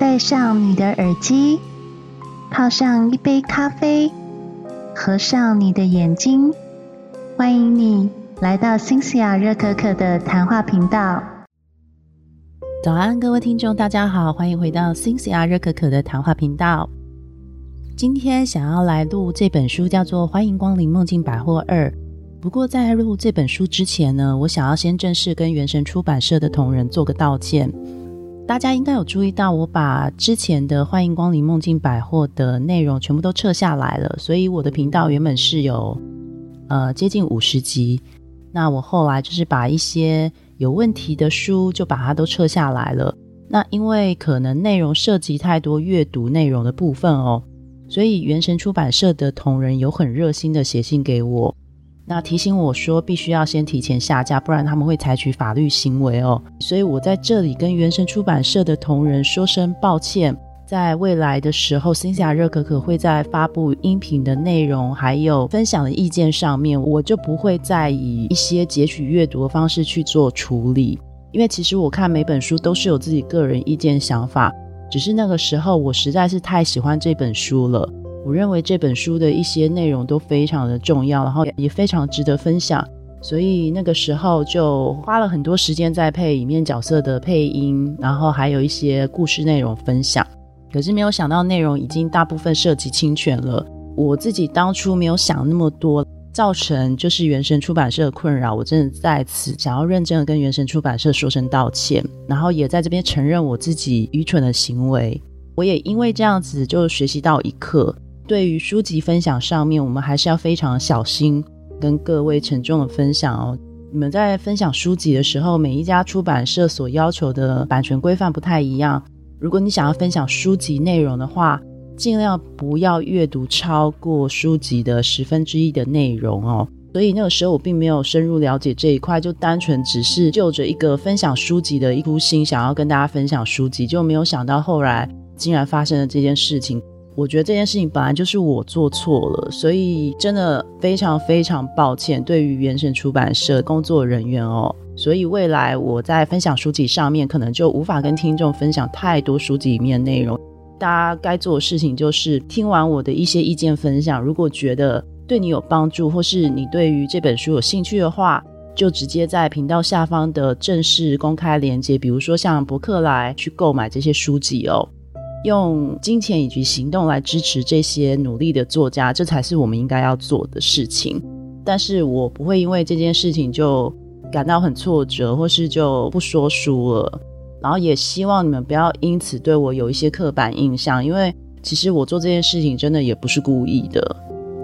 戴上你的耳机，泡上一杯咖啡，合上你的眼睛，欢迎你来到辛西亚热可可的谈话频道。 早安，各位听众，大家好，欢迎回到辛西亚热可可的谈话频道。今天想要来录这本书，叫做《欢迎光临梦境百货2》。不过在录这本书之前呢，我想要先正式跟原神出版社的同仁做个道歉。大家应该有注意到，我把之前的《欢迎光临梦境百货》的内容全部都撤下来了，所以我的频道原本是有接近50集。那我后来就是把一些有问题的书就把它都撤下来了。那因为可能内容涉及太多阅读内容的部分所以原神出版社的同仁有很热心的写信给我，那提醒我说必须要先提前下架，不然他们会采取法律行为所以我在这里跟原神出版社的同仁说声抱歉。在未来的时候，辛西亚热可可会在发布音频的内容还有分享的意见上面，我就不会再以一些截取阅读的方式去做处理，因为其实我看每本书都是有自己个人意见想法，只是那个时候我实在是太喜欢这本书了，我认为这本书的一些内容都非常的重要，然后也非常值得分享，所以那个时候就花了很多时间在配里面角色的配音，然后还有一些故事内容分享。可是没有想到内容已经大部分涉及侵权了，我自己当初没有想那么多，造成就是原神出版社的困扰，我真的在此想要认真的跟原神出版社说声道歉，然后也在这边承认我自己愚蠢的行为。我也因为这样子就学习到一课，对于书籍分享上面我们还是要非常小心，跟各位沉重的分享你们在分享书籍的时候，每一家出版社所要求的版权规范不太一样，如果你想要分享书籍内容的话，尽量不要阅读超过书籍的1/10的内容所以那个时候我并没有深入了解这一块，就单纯只是就着一个分享书籍的一颗心想要跟大家分享书籍，就没有想到后来竟然发生了这件事情。我觉得这件事情本来就是我做错了，所以真的非常非常抱歉对于原神出版社工作人员所以未来我在分享书籍上面可能就无法跟听众分享太多书籍里面的内容，大家该做的事情就是听完我的一些意见分享，如果觉得对你有帮助，或是你对于这本书有兴趣的话，就直接在频道下方的正式公开连结，比如说像博客来去购买这些书籍用金钱以及行动来支持这些努力的作家，这才是我们应该要做的事情。但是我不会因为这件事情就感到很挫折，或是就不说书了，然后也希望你们不要因此对我有一些刻板印象，因为其实我做这件事情真的也不是故意的。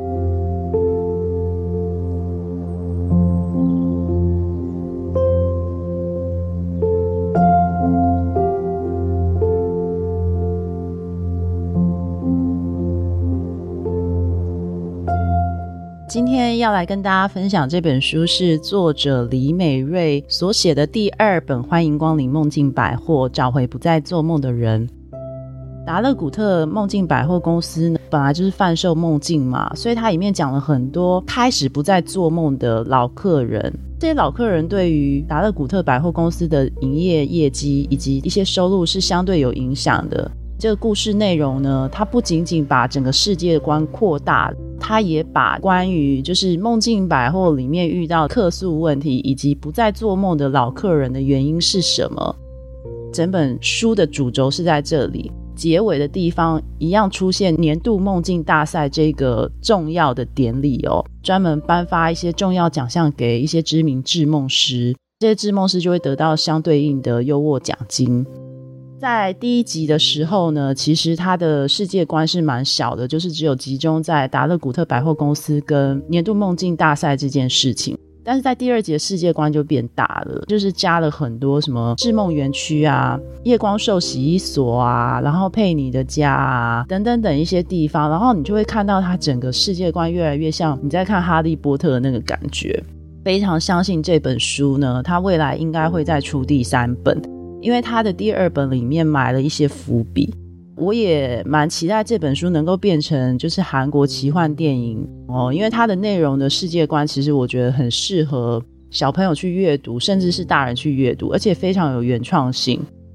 今天要来跟大家分享这本书是作者李美瑞所写的第2本《欢迎光临梦境百货》，找回不再做梦的人。达勒古特梦境百货公司呢，本来就是贩售梦境嘛，所以它里面讲了很多开始不再做梦的老客人。这些老客人对于达勒古特百货公司的营业业绩以及一些收入是相对有影响的。这个故事内容呢，它不仅仅把整个世界观扩大，它也把关于就是梦境百货里面遇到客诉问题以及不再做梦的老客人的原因是什么。整本书的主轴是在这里，结尾的地方一样出现年度梦境大赛这个重要的典礼专门颁发一些重要奖项给一些知名制梦师，这些制梦师就会得到相对应的优渥奖金。在第1集的时候呢，其实它的世界观是蛮小的，就是只有集中在达勒古特百货公司跟年度梦境大赛这件事情。但是在第2集的世界观就变大了，就是加了很多什么制梦园区啊、夜光兽洗衣所啊，然后佩妮的家啊等等等一些地方，然后你就会看到它整个世界观越来越像你在看哈利波特的那个感觉。非常相信这本书呢，它未来应该会再出第3本，因为它的第2本里面埋了一些伏笔。我也蛮期待这本书能够变成就是韩国奇幻电影因为它的内容的世界观其实我觉得很适合小朋友去阅读，甚至是大人去阅读，而且非常有原创性。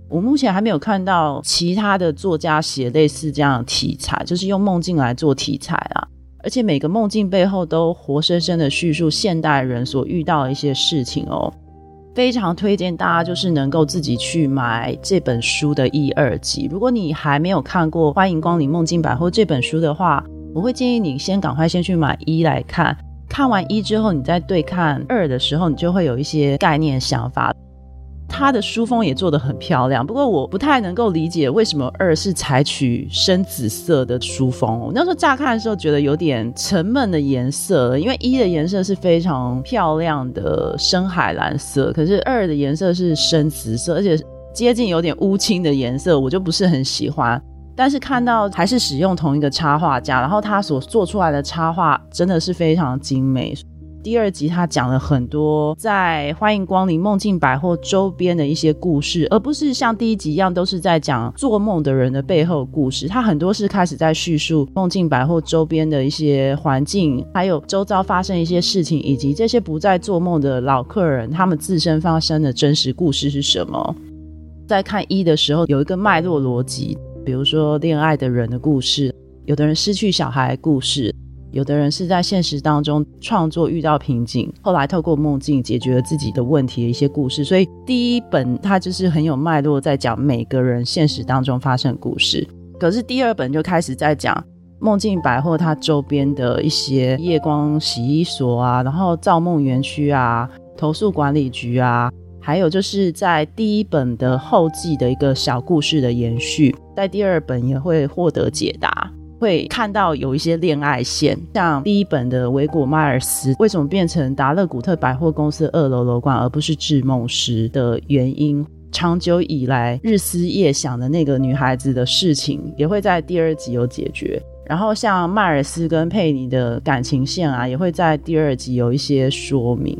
我目前还没有看到其他的作家写类似这样的题材，就是用梦境来做题材啊，而且每个梦境背后都活生生的叙述现代人所遇到的一些事情哦。非常推荐大家就是能够自己去买这本书的1、2集。如果你还没有看过《欢迎光临梦境百货》这本书的话，我会建议你赶快先去买1来看，看完1之后你再对看2的时候，你就会有一些概念想法。它的书封也做得很漂亮，不过我不太能够理解为什么2是采取深紫色的书封。我那时候乍看的时候觉得有点沉闷的颜色，因为1的颜色是非常漂亮的深海蓝色，可是2的颜色是深紫色，而且接近有点乌青的颜色，我就不是很喜欢。但是看到还是使用同一个插画家，然后他所做出来的插画真的是非常精美。第2集他讲了很多在欢迎光临梦境百货周边的一些故事，而不是像第1集一样都是在讲做梦的人的背后故事，他很多是开始在叙述梦境百货周边的一些环境，还有周遭发生一些事情，以及这些不再做梦的老客人他们自身发生的真实故事是什么。在看1的时候有一个脉络逻辑，比如说恋爱的人的故事，有的人失去小孩的故事，有的人是在现实当中创作遇到瓶颈，后来透过梦境解决了自己的问题的一些故事。所以第1本它就是很有脉络，在讲每个人现实当中发生的故事。可是第2本就开始在讲梦境百货它周边的一些夜光洗衣所啊，然后造梦园区啊，投诉管理局啊，还有就是在第1本的后记的一个小故事的延续，在第2本也会获得解答，会看到有一些恋爱线，像第1本的维果迈尔斯为什么变成达勒古特百货公司2楼楼管而不是制梦师的原因，长久以来日思夜想的那个女孩子的事情也会在第2集有解决。然后像迈尔斯跟佩妮的感情线啊，也会在第2集有一些说明。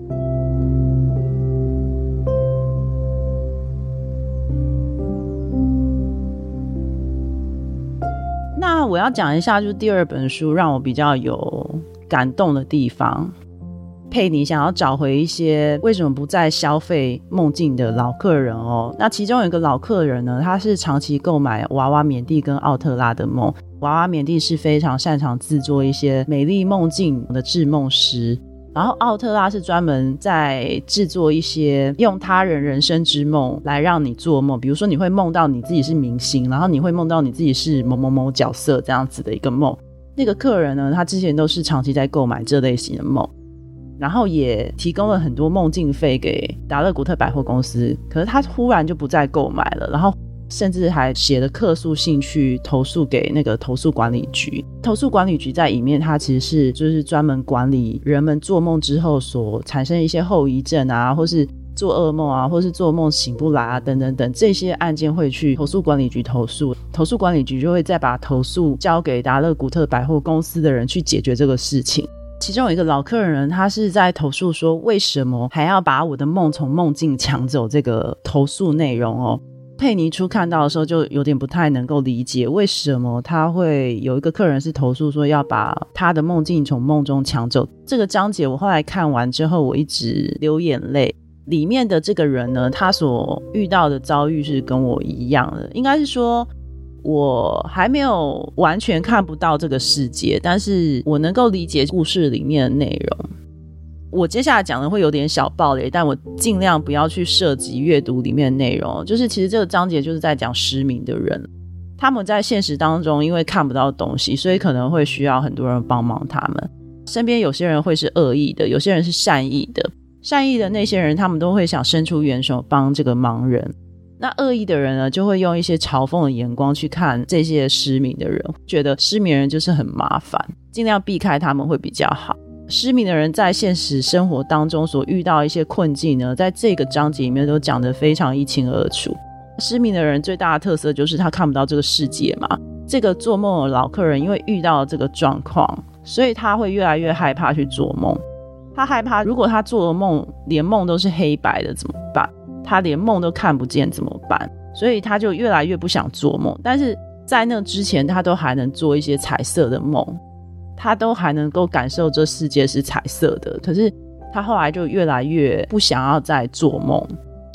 那我要讲一下就是第2本书让我比较有感动的地方。佩妮想要找回一些为什么不再消费梦境的老客人哦。那其中有一个老客人呢，他是长期购买娃娃缅蒂跟奥特拉的梦。娃娃缅蒂是非常擅长制作一些美丽梦境的制梦师，然后奥特拉是专门在制作一些用他人人生之梦来让你做梦，比如说你会梦到你自己是明星，然后你会梦到你自己是某某某角色这样子的一个梦。那个客人呢，他之前都是长期在购买这类型的梦，然后也提供了很多梦境费给达勒古特百货公司，可是他忽然就不再购买了，然后甚至还写了客诉信去投诉给那个投诉管理局。投诉管理局在里面它其实是就是专门管理人们做梦之后所产生一些后遗症啊，或是做噩梦啊，或是做梦醒不来啊等等等，这些案件会去投诉管理局投诉，投诉管理局就会再把投诉交给达勒古特百货公司的人去解决这个事情。其中有一个老客人，他是在投诉说为什么还要把我的梦从梦境抢走这个投诉内容哦。佩妮初看到的时候就有点不太能够理解为什么他会有一个客人是投诉说要把他的梦境从梦中抢走。这个章节我后来看完之后我一直流眼泪，里面的这个人呢，他所遇到的遭遇是跟我一样的，应该是说我还没有完全看不到这个世界，但是我能够理解故事里面的内容。我接下来讲的会有点小爆雷，但我尽量不要去涉及阅读里面的内容。就是其实这个章节就是在讲失明的人，他们在现实当中因为看不到东西，所以可能会需要很多人帮忙他们。身边有些人会是恶意的，有些人是善意的。善意的那些人他们都会想伸出援手帮这个盲人，那恶意的人呢就会用一些嘲讽的眼光去看这些失明的人，觉得失明人就是很麻烦，尽量避开他们会比较好。失明的人在现实生活当中所遇到一些困境呢，在这个章节里面都讲得非常一清二楚。失明的人最大的特色就是他看不到这个世界嘛。这个做梦的老客人因为遇到这个状况，所以他会越来越害怕去做梦。他害怕如果他做的梦连梦都是黑白的怎么办，他连梦都看不见怎么办，所以他就越来越不想做梦。但是在那之前他都还能做一些彩色的梦，他都还能够感受这世界是彩色的，可是他后来就越来越不想要再做梦，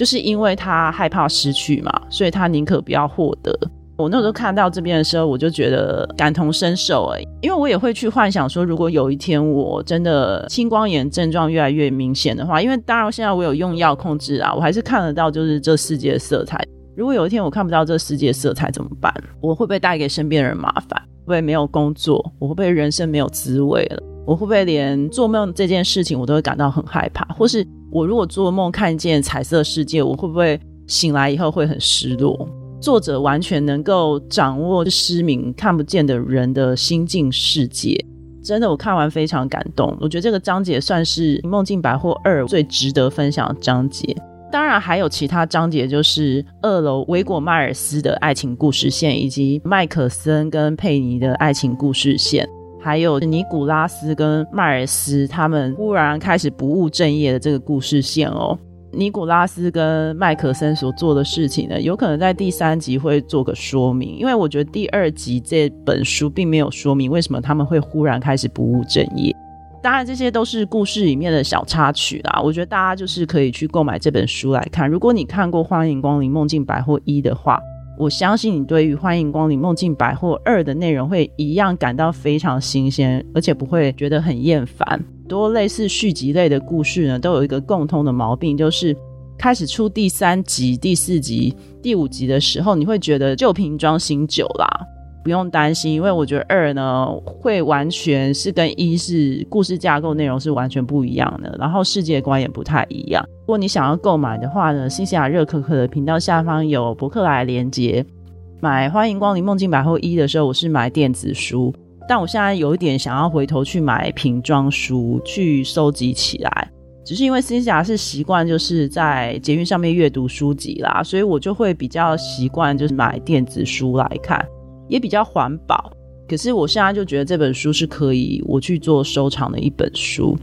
就是因为他害怕失去嘛，所以他宁可不要获得。我那时候看到这边的时候，我就觉得感同身受因为我也会去幻想说，如果有一天我真的青光眼症状越来越明显的话，因为当然现在我有用药控制啊，我还是看得到就是这世界的色彩。如果有一天我看不到这世界的色彩怎么办？我会不会带给身边的人麻烦？会不会没有工作？我会不会人生没有滋味了？我会不会连做梦这件事情我都会感到很害怕？或是我如果做梦看见彩色世界，我会不会醒来以后会很失落？作者完全能够掌握失明看不见的人的心境世界，真的我看完非常感动。我觉得这个章节算是梦境百货2最值得分享的章节。当然还有其他章节，就是2楼维果迈尔斯的爱情故事线，以及麦可森跟佩妮的爱情故事线，还有尼古拉斯跟迈尔斯他们忽然开始不务正业的这个故事线尼古拉斯跟麦可森所做的事情呢，有可能在第3集会做个说明，因为我觉得第2集这本书并没有说明为什么他们会忽然开始不务正业。当然这些都是故事里面的小插曲啦，我觉得大家就是可以去购买这本书来看。如果你看过欢迎光临梦境百货1的话，我相信你对于欢迎光临梦境百货2的内容会一样感到非常新鲜，而且不会觉得很厌烦。多类似续集类的故事呢，都有一个共通的毛病，就是开始出第3集、第4集、第5集的时候，你会觉得旧瓶装新酒啦。不用担心，因为我觉得2呢会完全是跟1是故事架构内容是完全不一样的，然后世界观也不太一样。如果你想要购买的话呢，新西亚热可可的频道下方有博客来连结。买欢迎光临梦境百货1的时候，我是买电子书，但我现在有一点想要回头去买瓶装书去收集起来，只是因为新西亚是习惯就是在捷运上面阅读书籍啦，所以我就会比较习惯就是买电子书来看，也比较环保。可是我现在就觉得这本书是可以我去做收藏的一本书。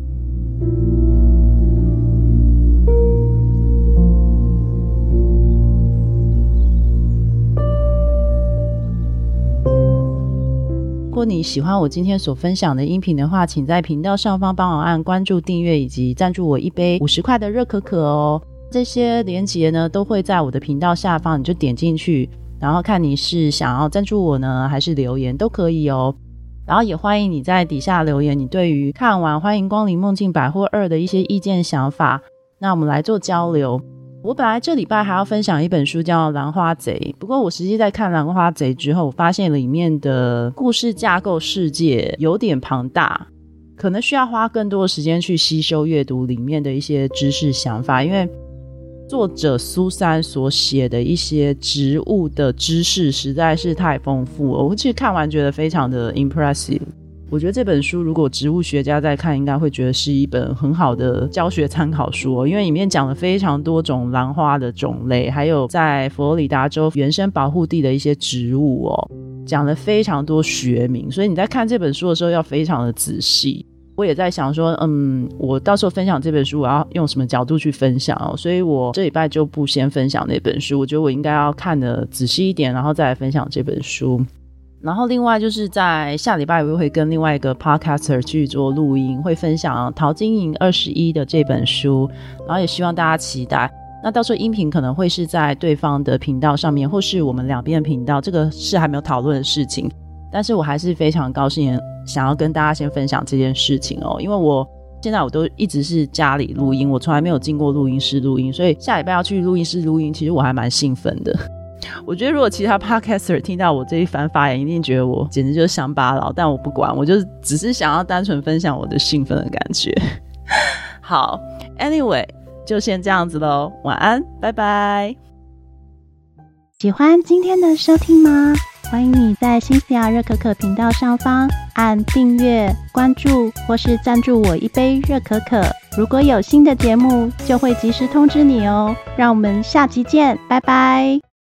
如果你喜欢我今天所分享的音频的话，请在频道上方帮我按关注、订阅以及赞助我一杯50块的热可可哦。这些连结呢都会在我的频道下方，你就点进去，然后看你是想要赞助我呢还是留言都可以哦。然后也欢迎你在底下留言你对于看完欢迎光临梦境百货2的一些意见想法，那我们来做交流。我本来这礼拜还要分享一本书叫《兰花贼》，不过我实际在看《兰花贼》之后，我发现里面的故事架构世界有点庞大，可能需要花更多的时间去吸收阅读里面的一些知识想法，因为作者苏珊所写的一些植物的知识实在是太丰富了，我其实看完觉得非常的 impressive。我觉得这本书如果植物学家在看，应该会觉得是一本很好的教学参考书因为里面讲了非常多种兰花的种类，还有在佛罗里达州原生保护地的一些植物讲了非常多学名，所以你在看这本书的时候要非常的仔细。我也在想说我到时候分享这本书我要用什么角度去分享所以我这礼拜就不先分享那本书，我觉得我应该要看得仔细一点，然后再来分享这本书。然后另外就是在下礼拜我会跟另外一个 podcaster 去做录音，会分享陶晶莹21的这本书，然后也希望大家期待。那到时候音频可能会是在对方的频道上面，或是我们两边的频道，这个是还没有讨论的事情，但是我还是非常高兴想要跟大家先分享这件事情因为我现在我都一直是家里录音，我从来没有进过录音室录音，所以下礼拜要去录音室录音，其实我还蛮兴奋的。我觉得如果其他 podcaster 听到我这一番发言，一定觉得我简直就是乡巴佬，但我不管，我就只是想要单纯分享我的兴奋的感觉。好 anyway 就先这样子咯，晚安，拜拜。 喜欢今天的收听吗？欢迎你在新西亚热可可频道上方按订阅、关注或是赞助我一杯热可可，如果有新的节目就会及时通知你哦。让我们下集见，拜拜。